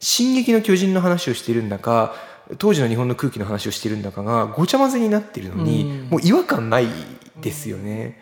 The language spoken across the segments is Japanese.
進撃の巨人の話をしているんだか当時の日本の空気の話をしているんだかがごちゃ混ぜになっているのに、もう違和感ないですよね。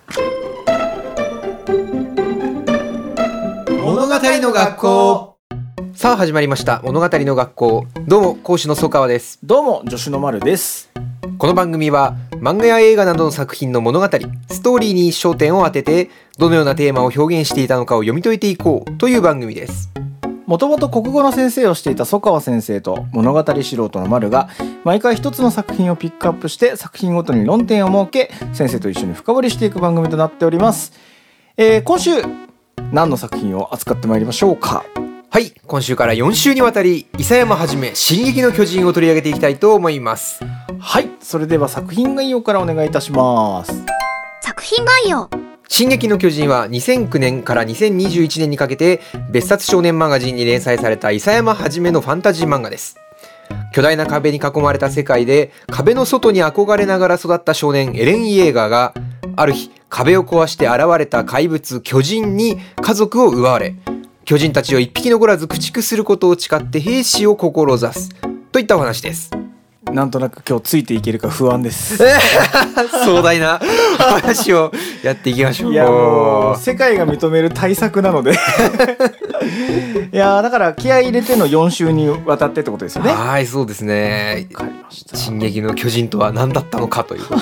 物語の学校。 さあ始まりました物語の学校。どうも講師の曽川です。 どうも助手の丸です。 この番組は漫画や映画などの作品の物語、ストーリーに焦点を当ててどのようなテーマを表現していたのかを読み解いていこうという番組です。 もともと国語の先生をしていた曽川先生と物語素人の丸が毎回一つの作品をピックアップして作品ごとに論点を設け先生と一緒に深掘りしていく番組となっております。今週何の作品を扱ってまいりましょうか。 はい、今週から4週にわたり伊佐山はじめ進撃の巨人を取り上げていきたいと思います。 はい、それでは作品概要からお願いいたします。 作品概要。 進撃の巨人は2009年から2021年にかけて別冊少年マガジンに連載された伊佐山はじめのファンタジー漫画です。巨大な壁に囲まれた世界で壁の外に憧れながら育った少年エレン・イェーガーがある日壁を壊して現れた怪物巨人に家族を奪われ、巨人たちを一匹残らず駆逐することを誓って兵士を志すといったお話です。 なんとなく今日ついていけるか不安です。 壮大な話をやっていきましょう。 いやもう世界が認める大作なのでいやだから気合い入れての4週にわたってってことですよね。 はい、そうですね。 わかりました。 進撃の巨人とは何だったのかということ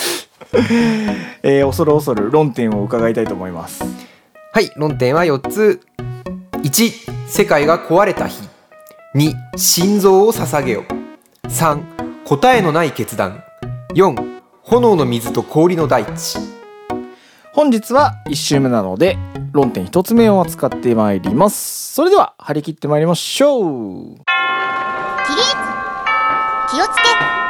で恐る恐る論点を伺いたいと思います。 はい、論点は4つ。1、世界が壊れた日。2、心臓を捧げよ。3、答えのない決断。4、炎の水と氷の大地。 本日は1週目なので論点1つ目を扱ってまいります。それでは張り切ってまいりましょう。 起立、気をつけ。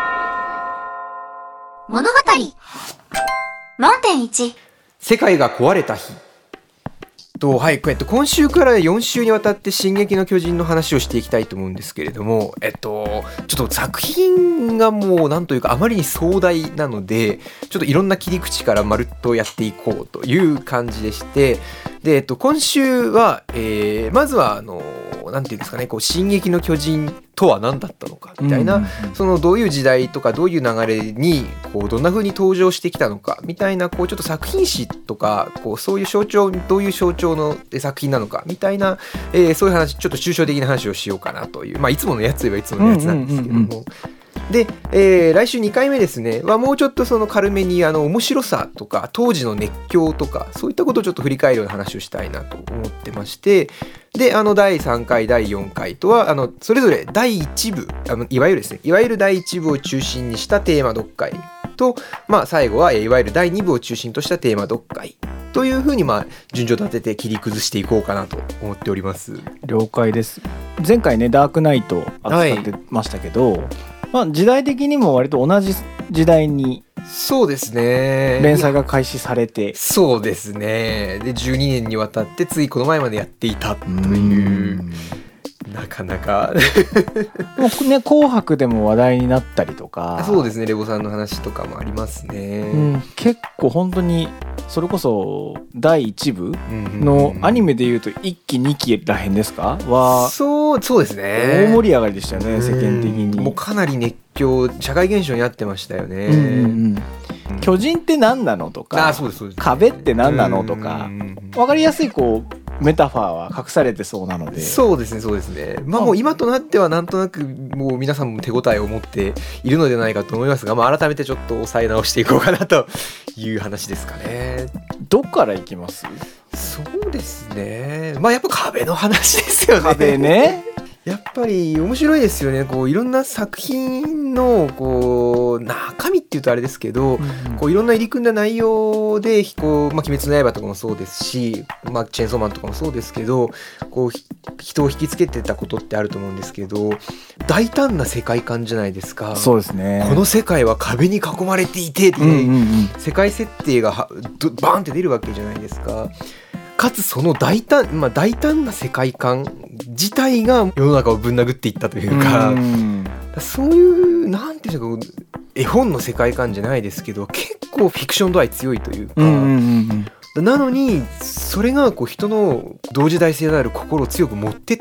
物語。論点1、 世界が壊れた日。はい、今週から4週にわたって進撃の巨人の話をしていきたいと思うんですけれども、ちょっと作品がもうなんというかあまりに壮大なのでちょっといろんな切り口からまるっとやっていこうという感じでして、で、今週は、まずはなんていうんですかね、進撃の巨人とは何だったのかみたいな、そのどういう時代とかどういう流れにどんな風に登場してきたのかみたいなちょっと作品史とかそういう象徴、どういう象徴の作品なのかみたいな、そういう話、ちょっと抽象的な話をしようかなという、いつものやつはいつものやつなんですけども、で、来週2回目ですねはもうちょっとその軽めに面白さとか当時の熱狂とかそういったことをちょっと振り返るような話をしたいなと思ってまして、で第3回第4回とはそれぞれ第1部いわゆる第1部を中心にしたテーマ読解と、最後はいわゆる第2部を中心としたテーマ読解というふうに順序立てて切り崩していこうかなと思っております。 了解です。前回ねダークナイト扱ってましたけど、時代的にも割と同じ時代にそうですね連載が開始されて、 そうですね。で12年にわたってついこの前までやっていたという、なかなかもうね紅白でも話題になったりとか、 そうですね、レボさんの話とかもありますね、 結構本当にそれこそ第1部のアニメでいうと1期2期らへんですかはそうですね、 大盛り上がりでしたよね、世間的に。 もうかなり熱狂、社会現象になってましたよね、 巨人って何なのとか、 そうです壁って何なのとか、分かりやすいメタファーは隠されてそうなので、 そうですね。もう今となってはなんとなくもう皆さんも手応えを持っているのではないかと思いますが、改めてちょっと抑え直していこうかなという話ですかね。 どっからいきます？ そうですね、やっぱ壁の話ですよね。 壁ねやっぱり面白いですよね。いろんな作品の中身っていうとあれですけど、いろんな入り組んだ内容で鬼滅の刃とかもそうですし、チェーンソーマンとかもそうですけど、人を引きつけてたことってあると思うんですけど、大胆な世界観じゃないですか。 そうですね。 この世界は壁に囲まれていてって、世界設定がバーンって出るわけじゃないですか。かつその大胆な世界観自体が世の中をぶん殴っていったというか、そういうなんていうか絵本の世界観じゃないですけど、結構フィクション度合い強いというか、なのにそれが人の同時代性である心を強く持ってったっ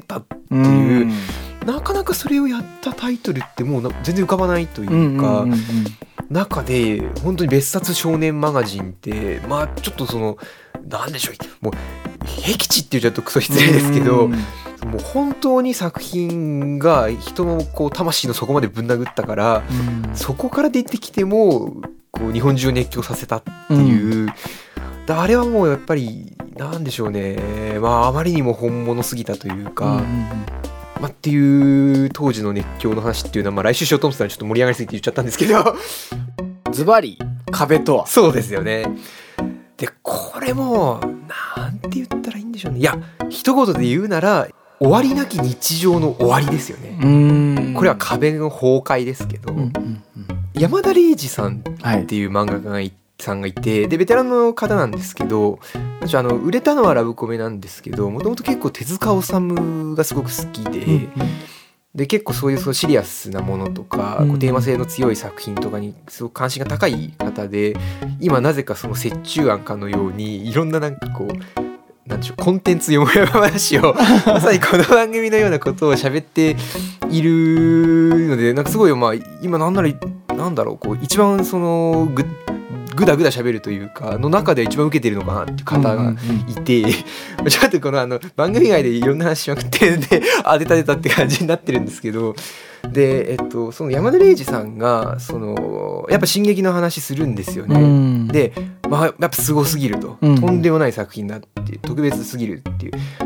っていうなかなかそれをやったタイトルってもう全然浮かばないというか、中で本当に別冊少年マガジンってまあちょっとそのなんでしょう、もう僻地って言っちゃうとクソ失礼ですけど、もう本当に作品が人のこう魂の底までぶん殴ったから、そこから出てきてもこう日本中を熱狂させたっていう、あれはもうやっぱりなんでしょうね、まああまりにも本物すぎたというか、まあ、っていう当時の熱狂の話っていうのは、まあ、来週しようと思ってたらちょっと盛り上がりすぎて言っちゃったんですけどズバリ壁とは。 そうですよね。でこれもなんて言ったらいいんでしょうね。いや一言で言うなら終わりなき日常の終わりですよね。これは壁の崩壊ですけど、山田礼二さんっていう漫画家さんがいて、でベテランの方なんですけど、売れたのはラブコメなんですけど、もともと結構手塚治虫がすごく好きで、で結構そういうシリアスなものとか、こうテーマ性の強い作品とかにすごく関心が高い方で、今なぜかその折衷案かのようにいろんななんかこうなんでしょう、コンテンツよもやま話をまさにこの番組のようなことを喋っているので、なんかすごい、まあ今なんだろう、こう一番そのぐだぐだ喋るというかの中で一番受けてるのかなっていう方がいて、ちょっとこの番組外でいろんな話しまくってで出たって感じになってるんですけど、でその山田礼二さんがやっぱ進撃の話するんですよね。で、まあ、やっぱすごすぎると、とんでもない作品だって特別すぎるっていう。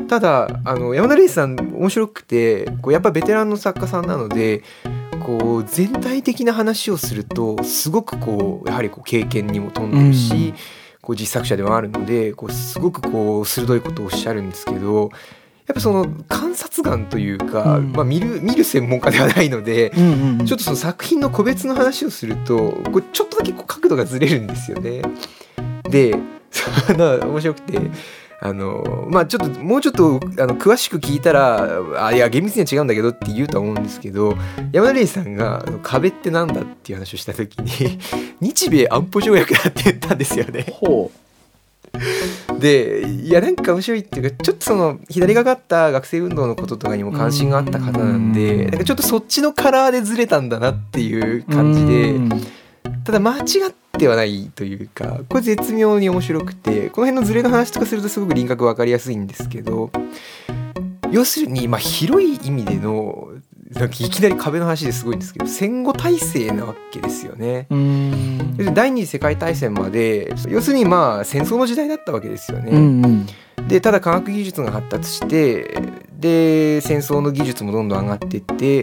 ただ山田礼二さん面白くて、こうやっぱベテランの作家さんなのでこう全体的な話をするとすごくこうやはりこう経験にも富んでるし、こう実作者でもあるのでこうすごくこう鋭いことをおっしゃるんですけど、やっぱその観察眼というか、まあ、見る専門家ではないので、ちょっとその作品の個別の話をするとこうちょっとだけこう角度がずれるんですよね。で面白くてまあちょっともうちょっと詳しく聞いたらいや厳密には違うんだけどって言うとは思うんですけど、山田礼二さんが壁ってなんだっていう話をした時に日米安保条約だって言ったんですよね。 ほうでいやなんか面白いっていうか、ちょっとその左がかった学生運動のこととかにも関心があった方なんで、なんかちょっとそっちのカラーでずれたんだなっていう感じで、ただ間違ってはないというか、これ絶妙に面白くて、この辺のズレの話とかするとすごく輪郭分かりやすいんですけど、要するにまあ広い意味でのなんかいきなり壁の話ですごいんですけど、戦後体制なわけですよね。第二次世界大戦まで要するにまあ戦争の時代だったわけですよね。でただ科学技術が発達して、で戦争の技術もどんどん上がっていって、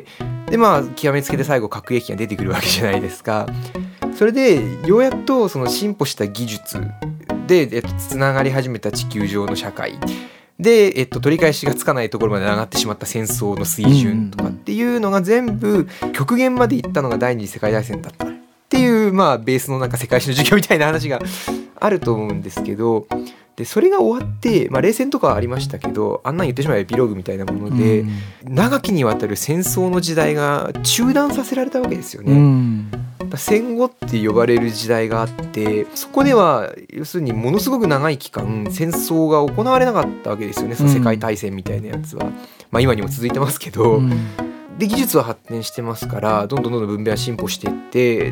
でまあ極めつけで最後核兵器が出てくるわけじゃないですか。それでようやっとその進歩した技術でつながり始めた地球上の社会で、取り返しがつかないところまで上がってしまった戦争の水準とかっていうのが全部極限までいったのが第二次世界大戦だったっていう、まあベースのなんか世界史の授業みたいな話があると思うんですけど、でそれが終わって、まあ、冷戦とかはありましたけど、あんなん言ってしまえばエピローグみたいなもので、長きにわたる戦争の時代が中断させられたわけですよね。戦後って呼ばれる時代があって、そこでは要するにものすごく長い期間戦争が行われなかったわけですよね。その世界大戦みたいなやつは、まあ、今にも続いてますけど、で技術は発展してますから、どんどん文明は進歩していって、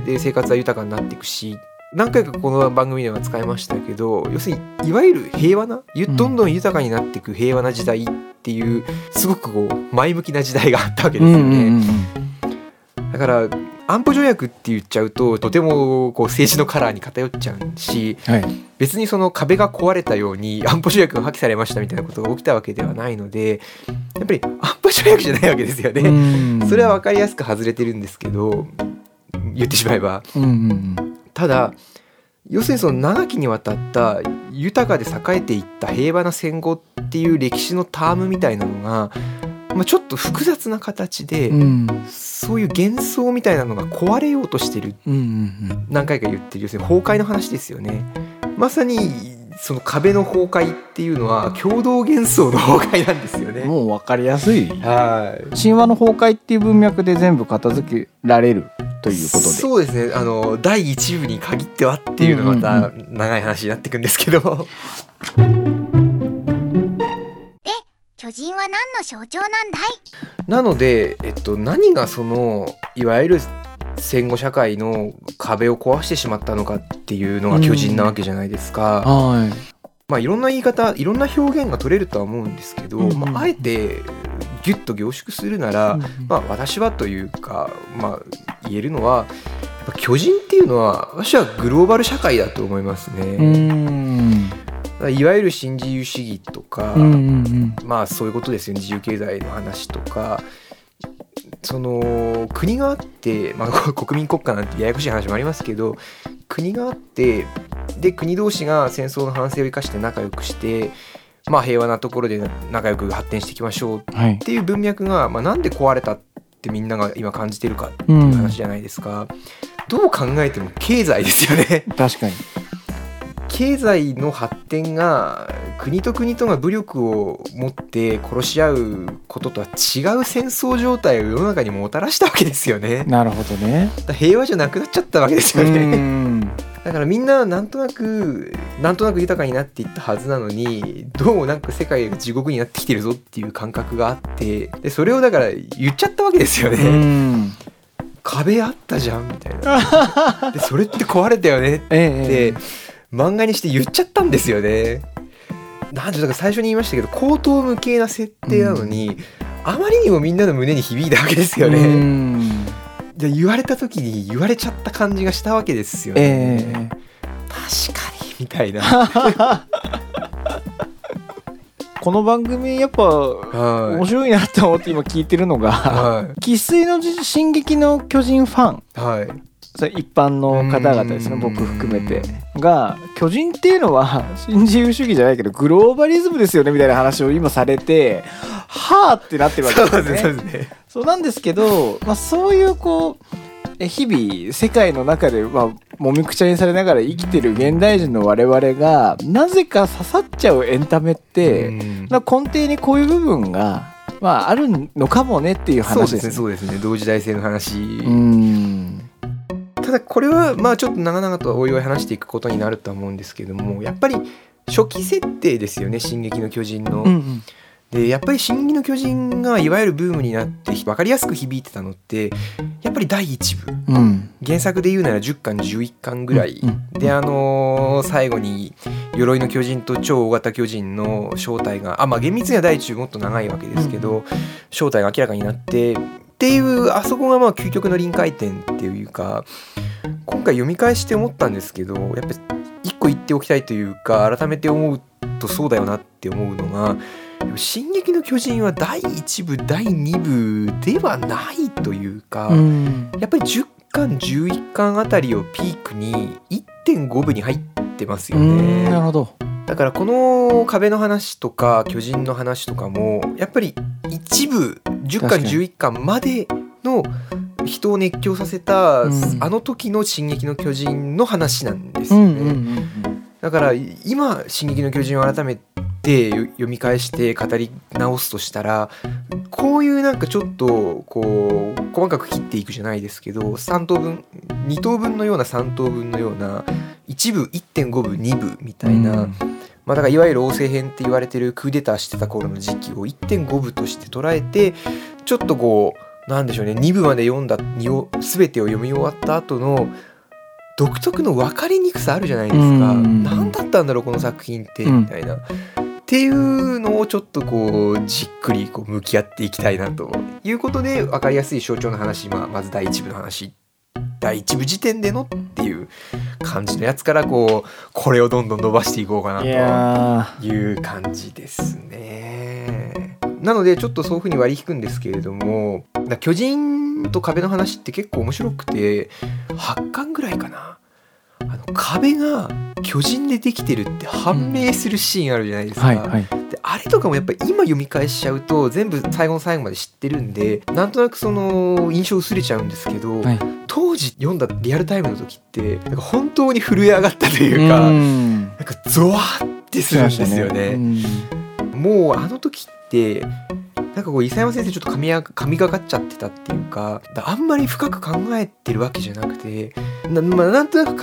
で生活は豊かになっていくし、何回かこの番組では使いましたけど、要するにいわゆる平和などんどん豊かになっていく平和な時代っていう、すごくこう前向きな時代があったわけですよね。だから安保条約って言っちゃうととてもこう政治のカラーに偏っちゃうし、別にその壁が壊れたように安保条約が破棄されましたみたいなことが起きたわけではないので、やっぱり安保条約じゃないわけですよね。それは分かりやすく外れてるんですけど、言ってしまえば、ただ要するにその長きにわたった豊かで栄えていった平和な戦後っていう歴史のタームみたいなのが、まあ、ちょっと複雑な形で、そういう幻想みたいなのが壊れようとしてる、何回か言ってる、要するに崩壊の話ですよね。まさにその壁の崩壊っていうのは共同幻想の崩壊なんですよね。 もう分かりやすい。神話の崩壊っていう文脈で全部片付けられるということで。 そうですね。第一部に限ってはっていうのはまた長い話になっていくんですけど、 で、巨巨人は何の象徴なんだい？ なので、何がそのいわゆる戦後社会の壁を壊してしまったのかっていうのが巨人なわけじゃないですか。 はいまあいろんな言い方、いろんな表現が取れるとは思うんですけど、 うんうんまあ、あえてギュッと凝縮するなら、 うんうんまあ私はというか、まあ言えるのは、やっぱ巨人っていうのは私はグローバル社会だと思いますね。いわゆる新自由主義とか、まあそういうことですよね。自由経済の話とか、その国があって、まあ、国民国家なんてややこしい話もありますけど、国があってで国同士が戦争の反省を生かして仲良くして、まあ、平和なところで仲良く発展していきましょうっていう文脈が、まあ、なんで壊れたってみんなが今感じてるかっていう話じゃないですか。どう考えても経済ですよね。 確かに経済の発展が国と国とが武力を持って殺し合うこととは違う戦争状態を世の中にもたらしたわけですよね。 なるほどね。 平和じゃなくなっちゃったわけですよね。だからみんななんとなく豊かになっていったはずなのに、どうもなんか世界が地獄になってきてるぞっていう感覚があって、でそれをだから言っちゃったわけですよね。壁あったじゃんみたいな。でそれって壊れたよねって、漫画にして言っちゃったんですよね。なんでだから最初に言いましたけど、荒唐無稽な設定なのに、あまりにもみんなの胸に響いたわけですよね。で言われた時に言われちゃった感じがしたわけですよね。確かにみたいな。 この番組やっぱ面白いなって思って今聞いてるのが、生粋の進撃の巨人ファン、それ一般の方々ですね、僕含めてが、巨人っていうのは新自由主義じゃないけどグローバリズムですよねみたいな話を今されて、はーってなってるわけですね。 そうですね。 そうなんですけど、まあ、そういうこう日々世界の中でもみくちゃにされながら生きてる現代人の我々がなぜか刺さっちゃうエンタメって、根底にこういう部分が、まあ、あるのかもねっていう話ですね。 そうですね。同時代性の話。ただこれはまあちょっと長々とおいおい話していくことになるとは思うんですけども、やっぱり初期設定ですよね、進撃の巨人の。でやっぱり進撃の巨人がいわゆるブームになって分かりやすく響いてたのってやっぱり第1部、原作で言うなら10巻11巻ぐらい、で最後に鎧の巨人と超大型巨人の正体がまあ厳密には第1部もっと長いわけですけど、正体が明らかになってっていう、あそこがまあ究極の臨界点っていうか、今回読み返して思ったんですけど、やっぱ一個言っておきたいというか、改めて思うとそうだよなって思うのが、進撃の巨人は第1部第2部ではないというか、やっぱり10巻11巻あたりをピークに 1.5 部に入ってますよね。 なるほど。 だからこの壁の話とか巨人の話とかもやっぱり1部10巻11巻までの人を熱狂させた、あの時の進撃の巨人の話なんですよね。だから今進撃の巨人を改めて読み返して語り直すとしたら、こういうなんかちょっとこう細かく切っていくじゃないですけど、3等分2等分のような3等分のような1部 1.5 部2部みたいな、まあ、だからいわゆる王政編って言われてるクーデターしてた頃の時期を 1.5 部として捉えて、ちょっとこうなんでしょうね、2部まで読んだ全てを読み終わった後の独特の分かりにくさあるじゃないですか。何だったんだろうこの作品ってみたいな、っていうのをちょっとこうじっくりこう向き合っていきたいなということで、分かりやすい象徴の話、まず第1部の話、第1部時点でのっていう感じのやつからこれをどんどん伸ばしていこうかなという感じですね。なのでちょっとそういう風に割り引くんですけれども、巨人と壁の話って結構面白くて、8巻ぐらいかな、壁が巨人でできてるって判明するシーンあるじゃないですか。であれとかもやっぱり今読み返しちゃうと全部最後の最後まで知ってるんで、なんとなくその印象薄れちゃうんですけど、当時読んだリアルタイムの時ってなんか本当に震え上がったというか、なんかゾワッてするんですよね。もうあの時ってなんかこう伊佐山先生ちょっと神がかっちゃってたっていうか、あんまり深く考えてるわけじゃなくて、なんとなく壁っ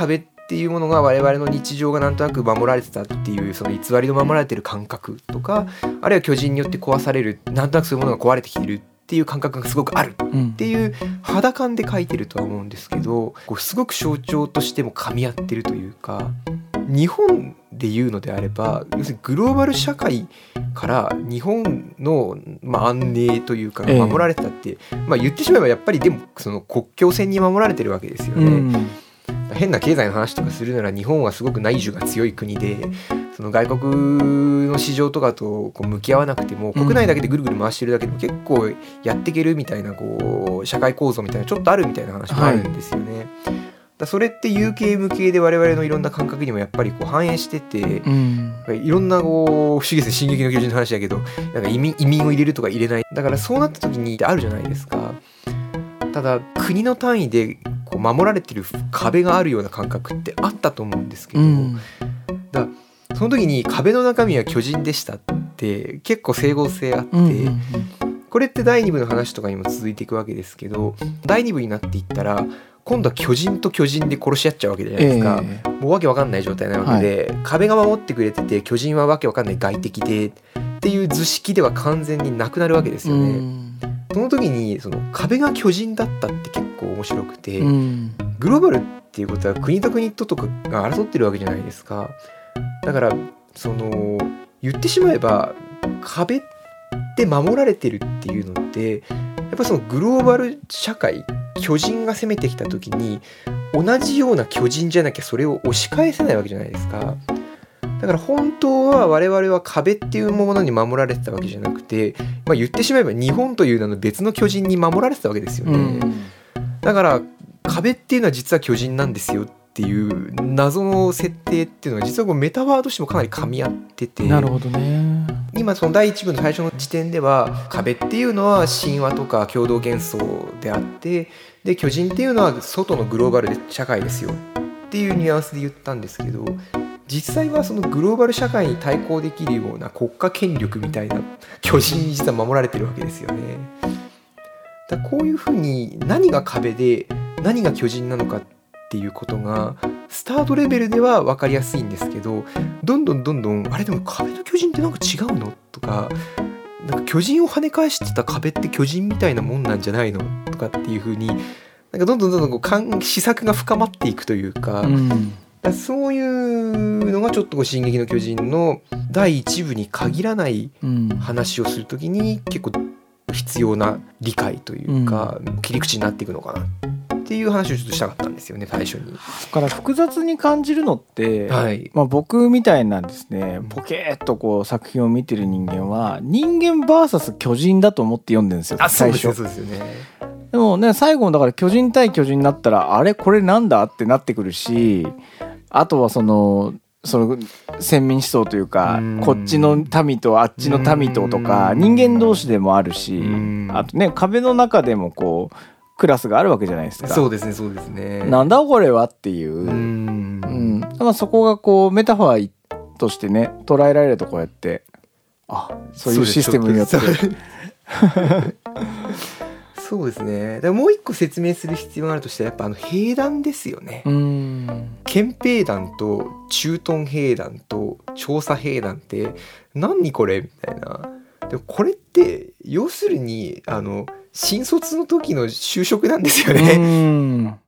っていうものが我々の日常がなんとなく守られてたっていうその偽りの守られてる感覚とか、あるいは巨人によって壊される、なんとなくそういうものが壊れてきてるっていう感覚がすごくあるっていう肌感で書いてるとは思うんですけど、こうすごく象徴としても噛み合ってるというか、日本で言うのであれば要するにグローバル社会から日本の、安寧というか守られてたって、言ってしまえばやっぱりでもその国境線に守られてるわけですよね。変な経済の話とかするなら日本はすごく内需が強い国で、その外国の市場とかとこう向き合わなくても国内だけでぐるぐる回してるだけでも結構やっていけるみたいなこう社会構造みたいなちょっとあるみたいな話もあるんですよね。だそれって有形無形で我々のいろんな感覚にもやっぱりこう反映してて、いろんなこう不思議ですね、進撃の巨人の話だけどなんか移民を入れるとか入れない、だからそうなった時にあるじゃないですか。ただ国の単位でこう守られてる壁があるような感覚ってあったと思うんですけど、だその時に壁の中身は巨人でしたって結構整合性あって、これって第2部の話とかにも続いていくわけですけど、第2部になっていったら今度は巨人と巨人で殺し合っちゃうわけじゃないですか、もうわけわかんない状態なわけで、壁が守ってくれてて巨人はわけわかんない外敵でっていう図式では完全になくなるわけですよね。その時にその壁が巨人だったって結構面白くて、グローバルっていうことは国と国とかが争ってるわけじゃないですか。だからその言ってしまえば壁って守られてるっていうのってやっぱそのグローバル社会、巨人が攻めてきた時に同じような巨人じゃなきゃそれを押し返せないわけじゃないですか。だから本当は我々は壁っていうものに守られてたわけじゃなくて、言ってしまえば日本という名の別の巨人に守られてたわけですよね。だから壁っていうのは実は巨人なんですよっていう謎の設定っていうのは実はこうメタワーとしてもかなり噛み合ってて、 なるほどね。 今その第1部の最初の時点では壁っていうのは神話とか共同幻想であって、で巨人っていうのは外のグローバル社会ですよっていうニュアンスで言ったんですけど、実際はそのグローバル社会に対抗できるような国家権力みたいな巨人に実は守られてるわけですよね。だからこういうふうに何が壁で何が巨人なのかっていうことがスタートレベルでは分かりやすいんですけど、どんどんあれでも壁と巨人ってなんか違うのとか、なんか巨人を跳ね返してた壁って巨人みたいなもんなんじゃないのとかっていうふうになんかどんどんこう試作が深まっていくというか、そういうのがちょっと進撃の巨人の第1部に限らない話をするときに結構必要な理解というか、切り口になっていくのかなっていう話をちょっとしたかったんですよね、最初に。 だから複雑に感じるのって、僕みたいなんですね、ポケーっとこう作品を見てる人間は人間 VS 巨人だと思って読んでるんですよ、最初。 そうですよね。 でもね、最後だから巨人対巨人になったらあれこれなんだってなってくるし、あとはその先民思想というか、こっちの民とあっちの民ととか人間同士でもあるし、あとね壁の中でもこうクラスがあるわけじゃないですか。 そうですね。 なんだこれはっていう、そこがこうメタファーとしてね捉えられるとこうやって、そういうシステムによってそうですね。だからもう一個説明する必要があるとしてはやっぱ兵団ですよね。憲兵団と駐屯兵団と調査兵団って何これみたいな。でもこれって要するに新卒の時の就職なんですよね。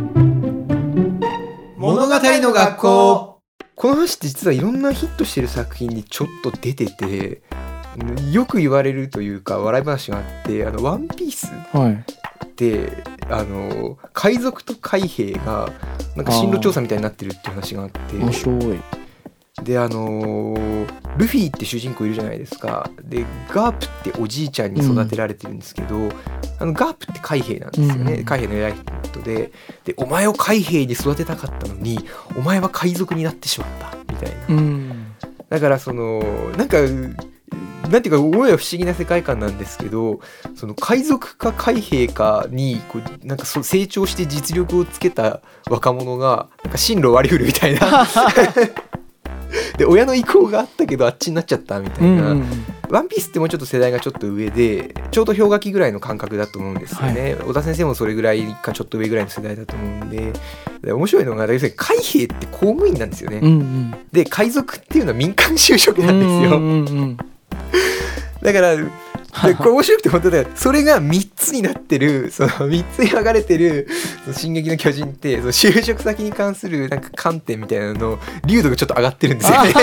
物語の学校。この話って実はいろんなヒットしてる作品にちょっと出てて、よく言われるというか笑い話があって、ワンピースで、海賊と海兵がなんか進路調査みたいになってるっていう話があって、 面白い。 でルフィって主人公いるじゃないですか。でガープっておじいちゃんに育てられてるんですけど、ガープって海兵なんですよね。海兵の偉い人で、お前を海兵に育てたかったのにお前は海賊になってしまったみたいな、だからそのなんていうか思えば不思議な世界観なんですけど、その海賊か海兵かにこうなんか成長して実力をつけた若者がなんか進路を割り振るみたいなで親の意向があったけどあっちになっちゃったみたいな、 うんワンピースってもうちょっと世代がちょっと上でちょうど氷河期ぐらいの感覚だと思うんですよね、小田先生もそれぐらいかちょっと上ぐらいの世代だと思うんで、面白いのが要するに海兵って公務員なんですよね、 うんうんで海賊っていうのは民間就職なんですよ、 うんうんうんだからでこれ面白くて本当だよ。それが3つになってる、その3つに分かれてるその進撃の巨人ってその就職先に関するなんか観点みたいなの流度がちょっと上がってるんですよね。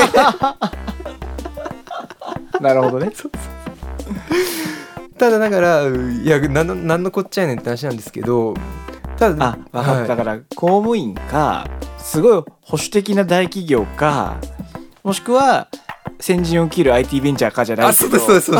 なるほどね。 ただだからいやなんのこっちゃやねんって話なんですけど、ただあ、分かった。だから公務員かすごい保守的な大企業か、もしくは先陣を切る IT ベンチャーかじゃないけど。 そうそう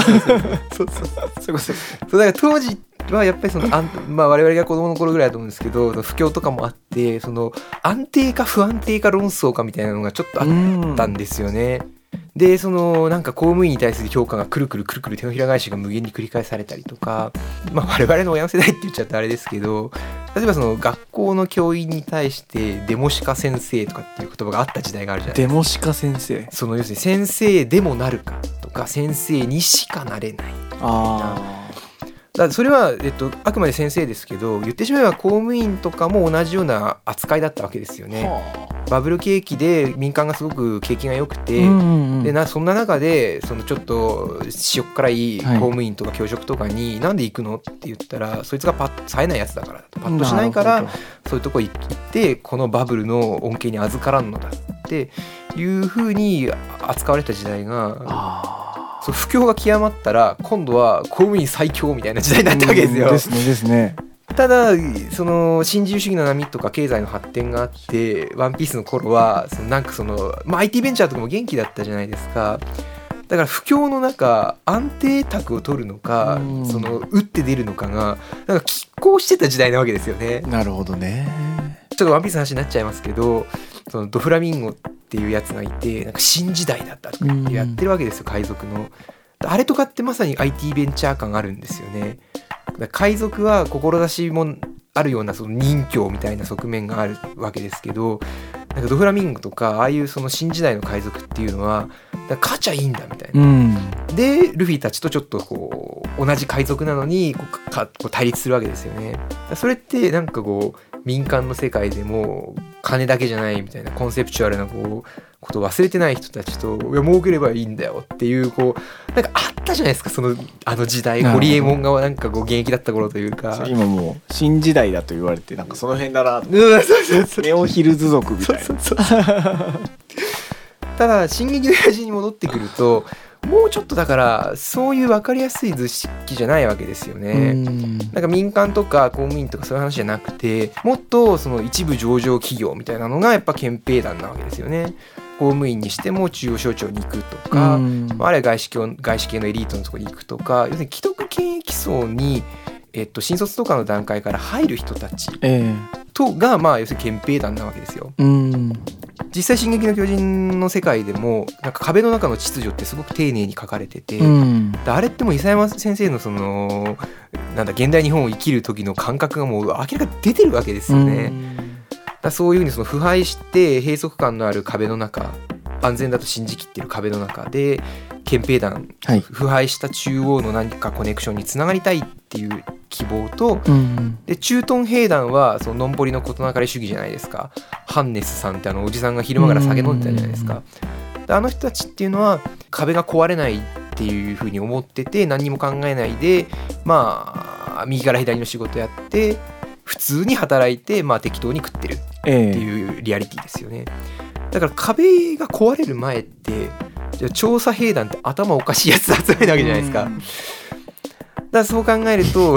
だから当時はやっぱりそのまあ我々が子供の頃ぐらいだと思うんですけど、不況とかもあってその安定か不安定か論争かみたいなのがちょっとあったんですよね。でそのなんか公務員に対する評価がくるくる手のひら返しが無限に繰り返されたりとか、まあ我々の親の世代って言っちゃってあれですけど、例えばその学校の教員に対してデモシカ先生とかっていう言葉があった時代があるじゃないですか。 デモシカ先生。 その要するに先生でもなるかとか先生にしかなれない。だからそれは、あくまで先生ですけど、言ってしまえば公務員とかも同じような扱いだったわけですよね。バブル景気で民間がすごく景気が良くて、でそんな中でそのちょっと塩っ辛い公務員とか教職とかになんで行くのって言ったら、そいつがパッと冴えないやつだからパッとしないからそういうとこ行ってこのバブルの恩恵に預からんのだっていう風に扱われた時代が、そう不況が極まったら今度は公務員最強みたいな時代になったわけですよ。 ですね。 ただその新自由主義の波とか経済の発展があってワンピースの頃はなんかIT ベンチャーとかも元気だったじゃないですか。だから不況の中安定卓を取るのかその打って出るのかがなんか拮抗してた時代なわけですよね。 なるほどね。 ちょっとワンピースの話になっちゃいますけど、そのドフラミンゴっていうやつがいてなんか新時代だったとかってやってるわけですよ、海賊の。あれとかってまさに IT ベンチャー感あるんですよね。だから海賊は志もあるようなその任侠みたいな側面があるわけですけど、なんかドフラミンゴとかああいうその新時代の海賊っていうのは勝ちゃいいんだみたいな、でルフィたちとちょっとこう同じ海賊なのにこう対立するわけですよね。それってなんかこう民間の世界でも金だけじゃないみたいなコンセプチュアルなことを忘れてない人たちといや儲ければいいんだよっていうなんかあったじゃないですか、あの時代。ホリエモンがなんか現役だった頃というか、 今もう新時代だと言われてなんかその辺だなネオヒルズ族みたいな。 ただ進撃の巨人に戻ってくるともうちょっとだからそういう分かりやすい図式じゃないわけですよね。なんか民間とか公務員とかそういう話じゃなくて、もっとその一部上場企業みたいなのがやっぱ憲兵団なわけですよね。公務員にしても中央省庁に行くとか、あるいは外資系のエリートのところに行くとか、要するに既得権益層に、新卒とかの段階から入る人たちが、まあ要するに憲兵団なわけですよ。実際進撃の巨人の世界でもなんか壁の中の秩序ってすごく丁寧に書かれてて、あれってもう伊佐山先生のそのなんだ現代日本を生きる時の感覚がもう明らかに出てるわけですよね。だそういうふうにその腐敗して閉塞感のある壁の中、安全だと信じきってる壁の中で憲兵団、腐敗した中央の何かコネクションにつながりたいっていう希望と、で駐屯兵団はそののんぼりの事なかれ主義じゃないですか。ハンネスさんっておじさんが昼間から酒飲んでたじゃないですか。であの人たちっていうのは壁が壊れないっていうふうに思ってて何にも考えないでまあ右から左の仕事やって普通に働いてまあ適当に食ってるっていうリアリティですよね。だから壁が壊れる前ってじゃあ調査兵団って頭おかしいやつ集めるわけじゃないですか。だからそう考えると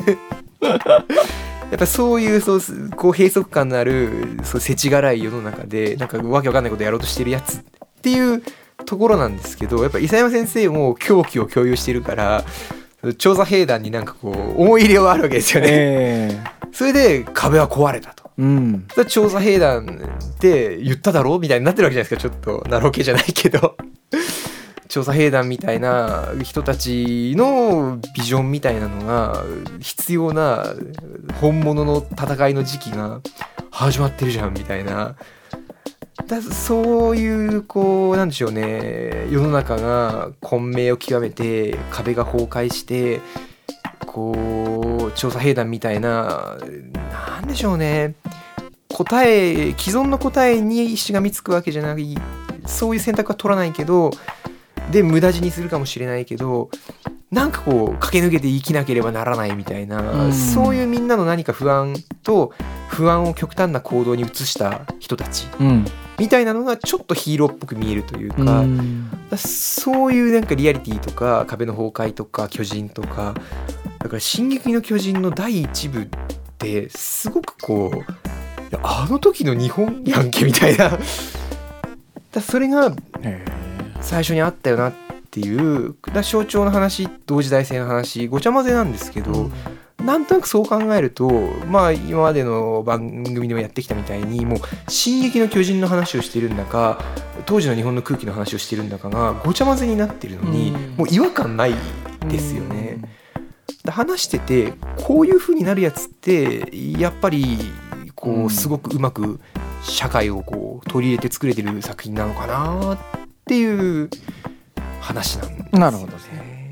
やっぱそういうこう閉塞感のある世知辛い世の中でなんかわけわかんないことやろうとしてるやつっていうところなんですけど、やっぱ伊佐山先生も狂気を共有してるから調査兵団になんかこう思い入れはあるわけですよね。それで壁は壊れたと。調査兵団って言っただろうみたいになってるわけじゃないですか。ちょっとなろけじゃないけど調査兵団みたいな人たちのビジョンみたいなのが必要な本物の戦いの時期が始まってるじゃんみたいな。 そういうこうなんでしょうね、世の中が混迷を極めて壁が崩壊してこう調査兵団みたいな、なんでしょうね、既存の答えにしがみつくわけじゃない、そういう選択は取らないけど、で無駄死にするかもしれないけど、なんかこう駆け抜けて生きなければならないみたいな、そういうみんなの何か不安を極端な行動に移した人たち、みたいなのがちょっとヒーローっぽく見えるというか、そういうなんかリアリティとか壁の崩壊とか巨人とか、だから進撃の巨人の第1部ってすごくこう、あの時の日本やんけみたいなそれが最初にあったよなっていう象徴の話、同時代性の話、ごちゃ混ぜなんですけど、なんとなくそう考えると、まあ今までの番組でもやってきたみたいに、もう進撃の巨人の話をしてるんだか当時の日本の空気の話をしてるんだかがごちゃ混ぜになってるのに、もう違和感ないですよね。話しててこういう風になるやつってやっぱりこうすごくうまく社会をこう取り入れて作れてる作品なのかなっていう話なんですね。 なるほどね。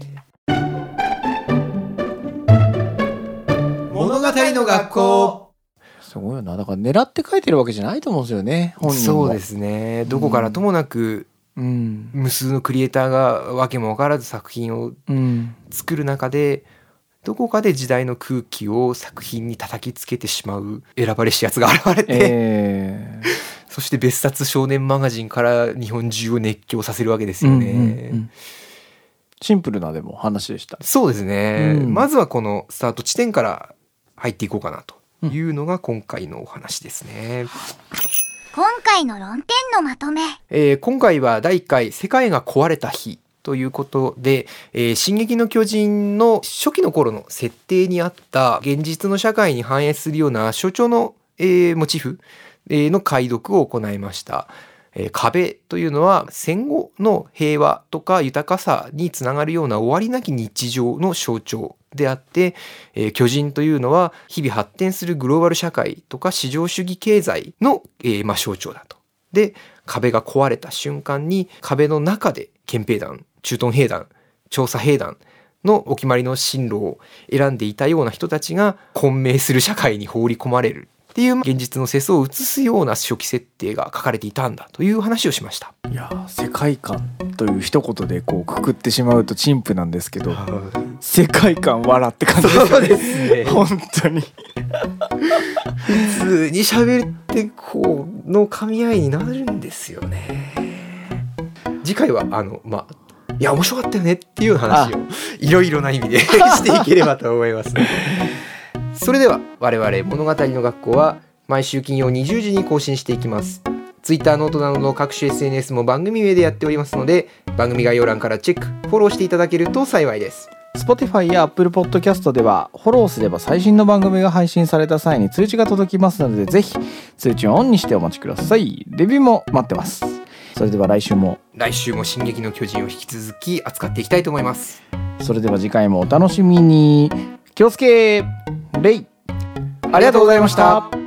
物語の学校、 すごいよな。だから狙って書いてるわけじゃないと思うんですよね、本人も。 そうですね。どこからともなく、無数のクリエイターがわけも分からず作品を作る中で、どこかで時代の空気を作品に叩きつけてしまう選ばれしやつが現れて、そして別冊少年マガジンから日本中を熱狂させるわけですよね。 シンプルなでも話でした。 そうですね、まずはこのスタート地点から入っていこうかなというのが今回のお話ですね。 今回の論点のまとめ。 今回は第1回世界が壊れた日ということで、進撃の巨人の初期の頃の設定にあった現実の社会に反映するような象徴の、モチーフの解読を行いました。壁というのは戦後の平和とか豊かさにつながるような終わりなき日常の象徴であって、巨人というのは日々発展するグローバル社会とか市場主義経済の、象徴だと。で、壁が壊れた瞬間に壁の中で憲兵団、駐屯兵団、調査兵団のお決まりの進路を選んでいたような人たちが混迷する社会に放り込まれるっていう現実の世相を映すような初期設定が書かれていたんだという話をしました。 いや、世界観という一言でこうくくってしまうと陳腐なんですけど、世界観笑って感じですよね。 そうですね。本当に普通に喋ってこうの噛み合いになるんですよね。次回はいや面白かったよねっていう話をいろいろな意味でしていければと思います。それでは我々物語の学校は毎週金曜20時に更新していきます。Twitter、ノートなどの各種 SNS も番組名でやっておりますので、番組概要欄からチェック、フォローしていただけると幸いです。 Spotify や Apple Podcast ではフォローすれば最新の番組が配信された際に通知が届きますので、ぜひ通知をオンにしてお待ちください。レビューも待ってます。それでは来週も進撃の巨人を引き続き扱っていきたいと思います。 それでは次回もお楽しみに。気をつけレイ、ありがとうございました。